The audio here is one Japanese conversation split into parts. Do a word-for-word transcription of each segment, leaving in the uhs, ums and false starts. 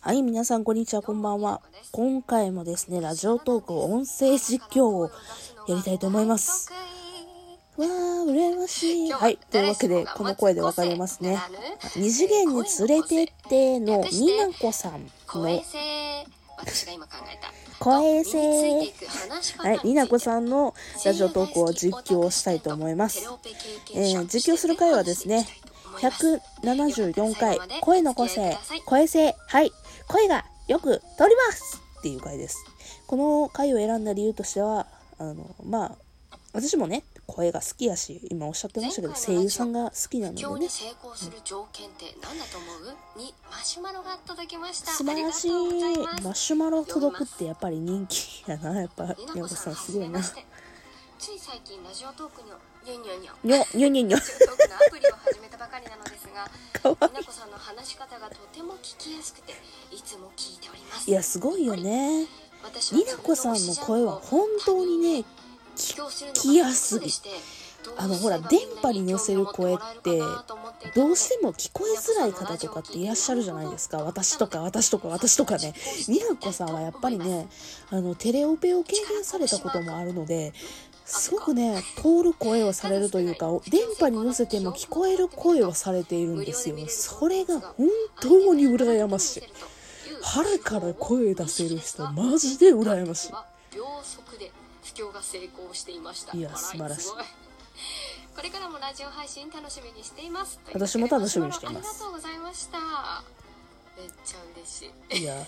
はい、皆さんこんにちは、こんばんは。今回もですね、ラジオトーク音声実況をやりたいと思います。わー、羨ましい。はい、というわけで、この声でわかりますね。二次元に連れてってのになこさんの声性。はい、になこさんのラジオトークを実況したいと思います。えー、実況する回はですね、ひゃくななじゅうよんかい、声の個性、声性、はい、声がよく通りますっていう回です。この回を選んだ理由としては、あの、まあ、私もね、声が好きやし、今おっしゃってましたけど、声優さんが好きなのでね。成功する条件って何だと思う？にマシュマロが届きました。素晴らしい。マシュマロ届くってやっぱり人気やな。やっぱ、になこさんすごいな。つい最近ラジオトークのニョニョニョニョニョニョニョラジオトークのアプリを始めたばかりなのですが、になこさんの話し方がとても聞きやすくていつも聞いております。いやすごいよね。になこさんの声は本当にね聞きやすい。あのほら電波に乗せる声ってどうしても聞こえづらい方とかっていらっしゃるじゃないですか。私とか私とか私とかね。になこさんはやっぱりね、あのテレオペを経験されたこともあるので、すごくね通る声をされるというか、電波に乗せても聞こえる声をされているんですよ。それが本当に羨ましい。腹から声出せる人マジで羨ましい。いや素晴らしい。 これからもラジオ配信楽しみにしています。 私も楽しみにしています。 ありがとうございました。めっちゃ嬉しい。 いや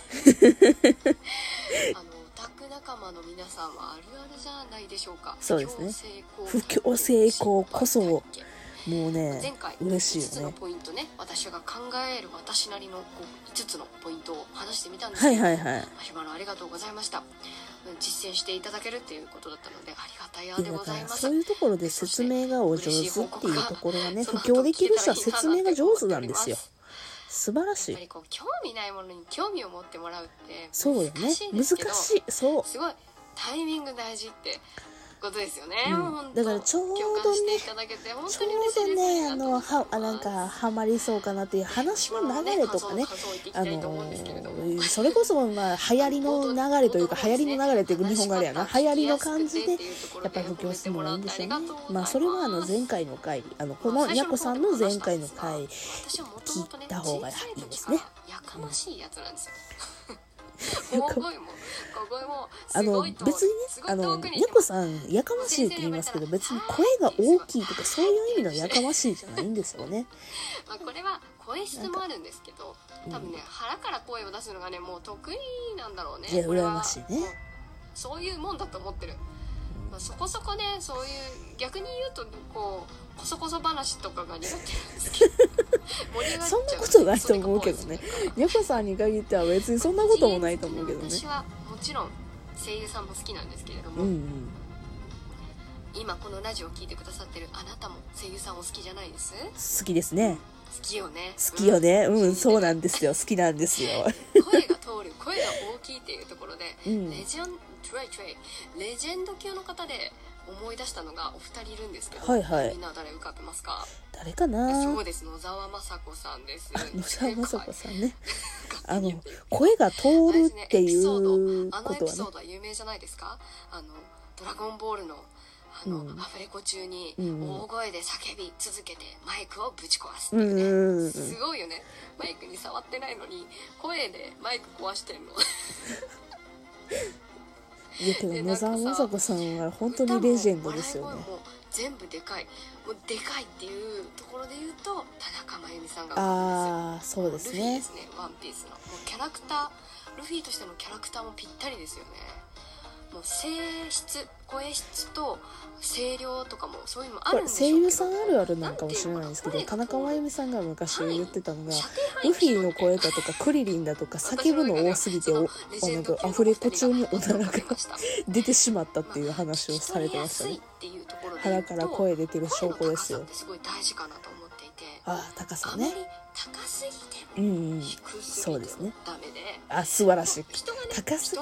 あのオタク仲間の皆さんはあるあるじゃないでしょうか。 そうですね。不況成功こそもうね嬉しいよね。 ポイントね、私が考える私なりのこういつつのポイントを話してみたんですけど、はいはいはい。 マシュマロありがとうございました。実践していただけるっていうことだったのでありがたいやでございます。 そういうところで説明がお上手っていうところがね、布教できる人は説明が上手なんですよ。素晴らしい。 やっぱりこう興味ないものに興味を持ってもらうってそうよね。難しい。そう。 すごいタイミング大事ってことですよね。 うん、だからちょうどね、ちょうどね、あのはあなんかハマりそうかなっていう話の流れとかね、あのそれこそまあ流行りの流れというか流行りの流れって日本語あれやな、流行りの感じでやっぱり布教してもらうんですよね。まあそれはあの前回の回、あのこのにゃこさんの前回の回聞いた方がいいですね。 やかましいやつなんですよ。大声も小声もあの別にね、あのにゃこさんやかましいって言いますけど、別に声が大きいとかそういう意味のやかましいじゃないんですよね。 まあこれは声質もあるんですけど、多分ね、うん、腹から声を出すのがねもう得意なんだろうね。 いや羨ましいね。 そういうもんだと思ってる。まあ、そこそこね、そういう逆に言うとこうこそこそ話とかが苦手なんですけどそんなことないと思うけどね。にゃこさんに限っては別にそんなこともないと思うけどね。 私はもちろん声優さんも好きなんですけれども、 うんうん、 今このラジオを聞いてくださってるあなたも声優さんお好きじゃないです？ 好きですね。 好きよね。 好きよね。うん、うん、そうなんですよ。好きなんですよ。 声が通る、声が大きいっていうところで、うん、レジェントレイトレイレジェンド級の方で思い出したのがお二人いるんですけど、 はいはい、 みんな誰浮かべますか？ 誰かな？ そうです、野沢雅子さんです。 野沢雅子さんね。あの声が通るっていうことはね。あのエピソードは有名じゃないですか？あのドラゴンボールのあの、うん、アフレコ中に大声で叫び続けてマイクをぶち壊すっていうね、うんうんうん、すごいよね。マイクに触ってないのに声でマイク壊してんの。 いやけど野沢雅子さんは本当にレジェンドですよね。 もう全部でかい、もうでかいっていうところで言うと田中真由美さんがああそうですね。 ルフィですね、ワンピースのもうキャラクター、ルフィとしてのキャラクターもぴったりですよね。もう声質、声質と声量とかもそういうのもあるんでしょうけど、 声優さんあるあるなんかもしれないですけど、田中真由美さんが昔言ってたのが、ルフィの声だとかクリリンだとか叫ぶの多すぎて、おなんかアフレコ中におならが出てしまったっていう話をされてましたね。腹から声出てる証拠ですよ。 すごい大事かなと思っていて、 ああ高さね。 高すぎても低すぎてもダメで、 あ素晴らしい。高すぎても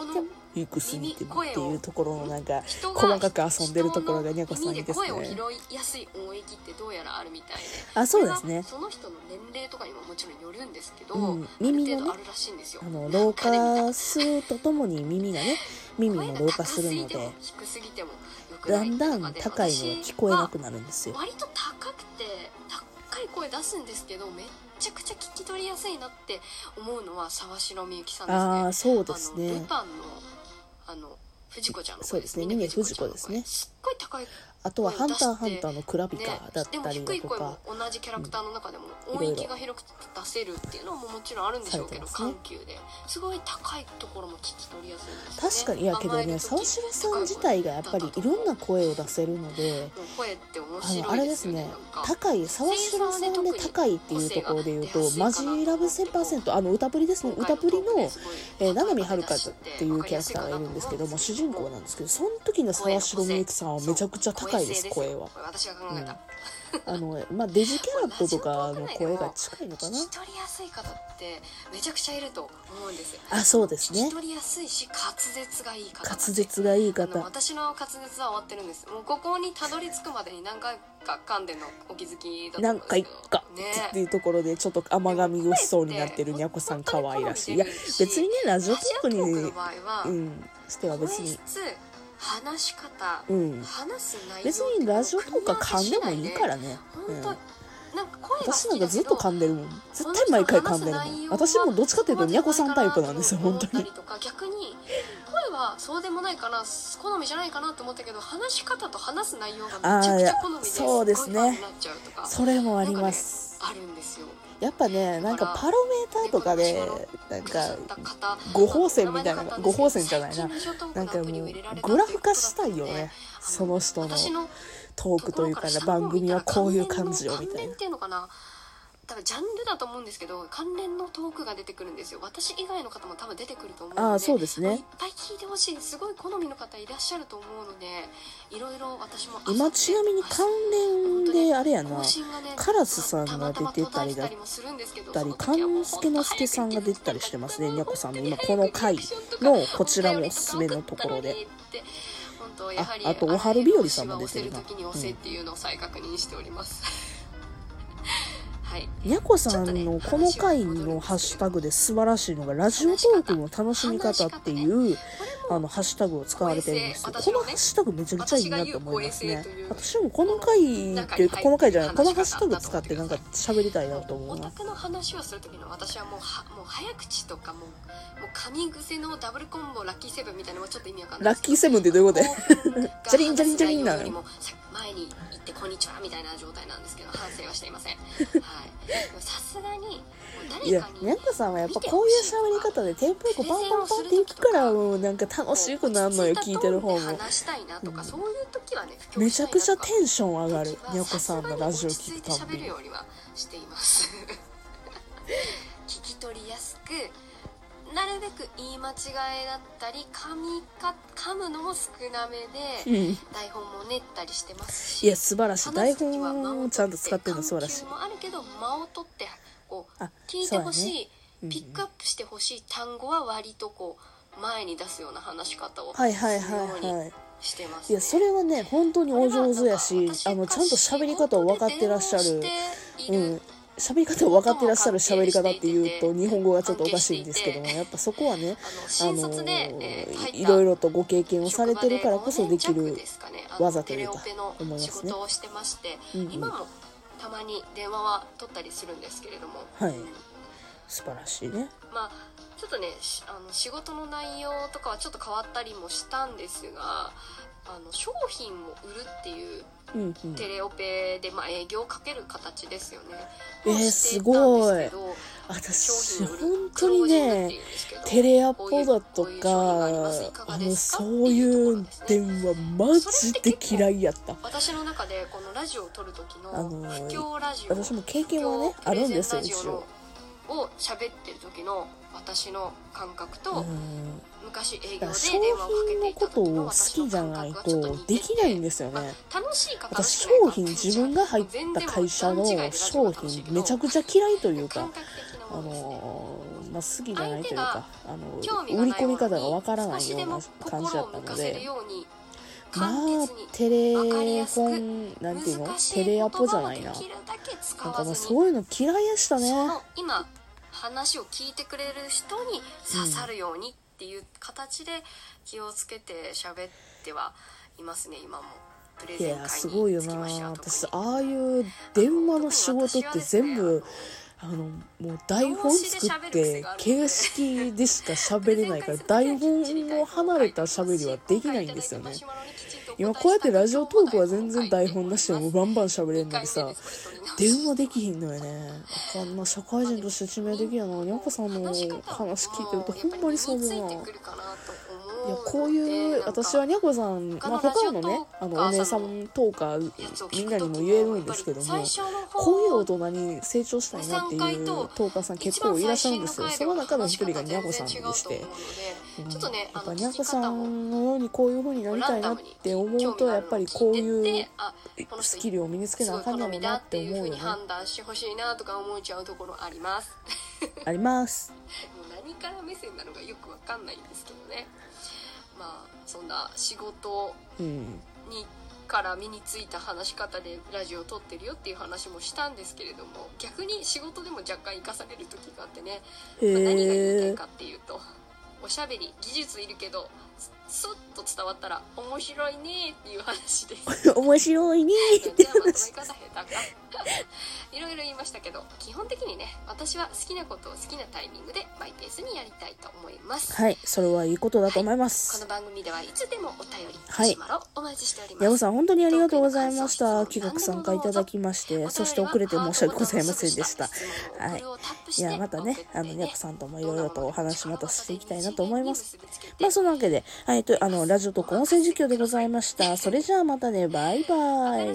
低くすぎてっていうところのなんか細かく遊んでるところがにゃこさんいいですね。 声を拾いやすい音域ってどうやらあるみたいで、 あ、そうですね。 その人の年齢とかにももちろんよるんですけど、 うん、耳のね、あの老化するとともに耳がね、耳も老化するので、だんだん高いのが聞こえなくなるんですよ。 割と高くて高い声出すんですけど、めっちゃくちゃ聞き取りやすいなって思うのは沢城みゆきさんですね。 ああ、そうですね。 あのルパンのあの藤子ちゃんの声ですね。峰不二子ですね。 すっごい高い。 あとはハンターハンターのクラビカだったりだとか、 ね、でも低い声も同じキャラクターの中でも音域が広く出せるっていうのももちろんあるんでしょうけど、ね、緩急ですごい高いところも聞き取りやすいんですよね。 確かに、いやけどね、沢城さん自体がやっぱりいろんな声を出せるので、 声って面白いですよね。 あのあれですね、高い、沢城さんで高いっていうところで言うと、マジラブ せんパーセント、あの歌プリですね、歌プリの、えー、七海遥っていうキャラクターがいるんですけども、主人公なんですけど、その時の沢城みゆきさんはめちゃくちゃ高いです、声は。 私が考えた、 うん、あのまあデジキャラットとかの声が近いのかな。 聞き取りやすい方ってめちゃくちゃいると思うんですよ。 あ、そうですね。 聞き取りやすいし滑舌がいい方。 滑舌がいい方。 私の滑舌は終わってるんです。もうここにたどり着くまでに何回か噛んでのお気づきだと思うんですけど。 何回か、ね、っていうところでちょっと甘噛みをしそうになってるにゃこさん可愛らしい。いや別にね、ラジオトークにうんしては別に。 話し方、 うん、 話す内容別にラジオとか噛んでもいいからね。うん、なんか私なんかずっと噛んでるもん。絶対毎回噛んでるもん。私もどっちかっていうとにゃこさんタイプなんですよ、本当に。 逆に声はそうでもないかな、好みじゃないかなと思ったけど、話し方と話す内容がめちゃくちゃ好みで、 そうですね。それもあります。 あるんですよ。 やっぱね、なんかパロメーターとかでなんかご放線みたいな、ご放線じゃないな、なんかもうグラフ化したいよね、その人のトークというかね、番組はこういう感じよみたいな。 多分ジャンルだと思うんですけど、関連のトークが出てくるんですよ。私以外の方も多分出てくると思うので、 あ、そうですね、 いっぱい聞いてほしい。すごい好みの方いらっしゃると思うので、いろいろ私も今ちなみに関連であれやな、カラスさんが出てたりだったり、勘助之助さんが出てたりしてますね、にゃこさんの今この回のこちらもおすすめのところで。あ, あとおはるびよりさんも出てるな。にゃこさんのこの回のハッシュタグで素晴らしいのが、ラジオトークの楽しみ方っていうあのハッシュタグを使われてるんですよ。このハッシュタグめちゃくちゃいいなと思いますね。私もこの回っていうか、この回じゃない、このハッシュタグ使ってなんか喋りたいなと思うな。 オタクの話をするときの私はもうはもう早口とかもうもう噛み癖のダブルコンボラッキーセブンみたいなのもちょっと意味わかんない。 ラッキーセブンってどういうことでジャリンジャリンジャリンなの。 前に行ってこんにちはみたいな状態なんですけど、反省はしていません。はい。さすがに誰かに、いや、 にゃこさんはやっぱこういう喋り方でテンポよくパンパンパンっていくからもうなんか楽しくなるのよ、聞いてる方も。 話したいなとか、そういう時はね、 めちゃくちゃテンション上がるにゃこさんのラジオ聞くたびに。 喋るようにはしています。聞き取りやすく。なるべく言い間違いだったり噛みか噛むのも少なめで、うん、台本も練ったりしてますし、 いや素晴らしい。台本をちゃんと使ってるの素晴らしい。 もあるけど間を取ってこう聞いてほしい、ね、うん、ピックアップしてほしい単語は割とこう前に出すような話し方をするようにしてますね。 いやそれはね本当にお上手やし、あのちゃんと喋り方を分かってらっしゃる。うん。喋り方を分かってらっしゃる喋り方っていうと日本語がちょっとおかしいんですけども、やっぱそこはね、あのー、いろいろとご経験をされてるからこそできる技というか思いますね。 今もたまに電話は取ったりするんですけれども、 はい、素晴らしいね。 まあちょっとね、あの仕事の内容とかはちょっと変わったりもしたんですが、あの商品を売るっていうテレオペで、まあ、営業をかける形ですよね。 えー、すごい。私本当にねテレアポだとかあのそういう電話マジで嫌いやった。 私の中でこのラジオを撮る時の不況ラジオ、 私も経験はねあるんですよ一応。 を喋ってる時の私の感覚と、昔営業で商品のことを好きじゃないとできないんですよね。 楽しい方私商品自分が入った会社の商品めちゃくちゃ嫌いというか、 あのー、まあ好きじゃないというか、あの売り込み方がわからないような感じだったので、まあテレフォンなんていうの、テレアポじゃないな、なんかもうそういうの嫌いやしたね。 今話を聞いてくれる人に刺さるようにっていう形で気をつけて喋ってはいますね、今も。 いやすごいよな。私ああいう電話の仕事って全部あのもう台本作って形式でしか喋れないから、台本を離れた喋りはできないんですよね。今こうやってラジオトークは全然台本なしでもバンバン喋れるのにさ、電話できひんのよね。あかんな、社会人として致命的やな。にゃこさんの話聞いてるとほんまにそう思うな。いやこういう私はにゃこさん、まあ、他のねあのお姉さんとかみんなにも言えるんですけども、こういう大人に成長したいなっていうトーカーさん結構いらっしゃるんですよ。その中の一人がにゃこさんでして、うん、やっぱにゃこさんのようにこういう風になりたいなって思うと、やっぱりこういうスキルを身につけなあかんやろなって思うよね。 判断してほしいなとか思っちゃうところありますあります。 もう何から目線なのかよくわかんないんですけどね。まあそんな仕事にから身についた話し方でラジオを撮ってるよっていう話もしたんですけれども、逆に仕事でも若干生かされる時があってね、まあ、何が言いたいかっていうと、おしゃべり技術いるけどスッと伝わったら面白いねっていう話です面白いねってじゃあまとめ方下手かいろいろ言いましたけど、基本的にね、私は好きなことを好きなタイミングでマイペースにやりたいと思います。 はい、それはいいことだと思います、 はい、この番組ではいつでもお便りマシュマロお待ちしております。 ヤゴさん本当にありがとうございました。企画参加いただきまして、そして遅れて申し訳ございませんでした。はい、いやまたね、あのヤゴさんともいろいろとお話またしていきたいなと思います。まあそんなわけで、はい、とあのラジオトーク音声実況でございました。それじゃあまたね、バイバイ。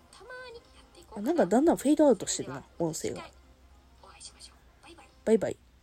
なんかだんだんフェードアウトしてるな、音声が。バイバイ。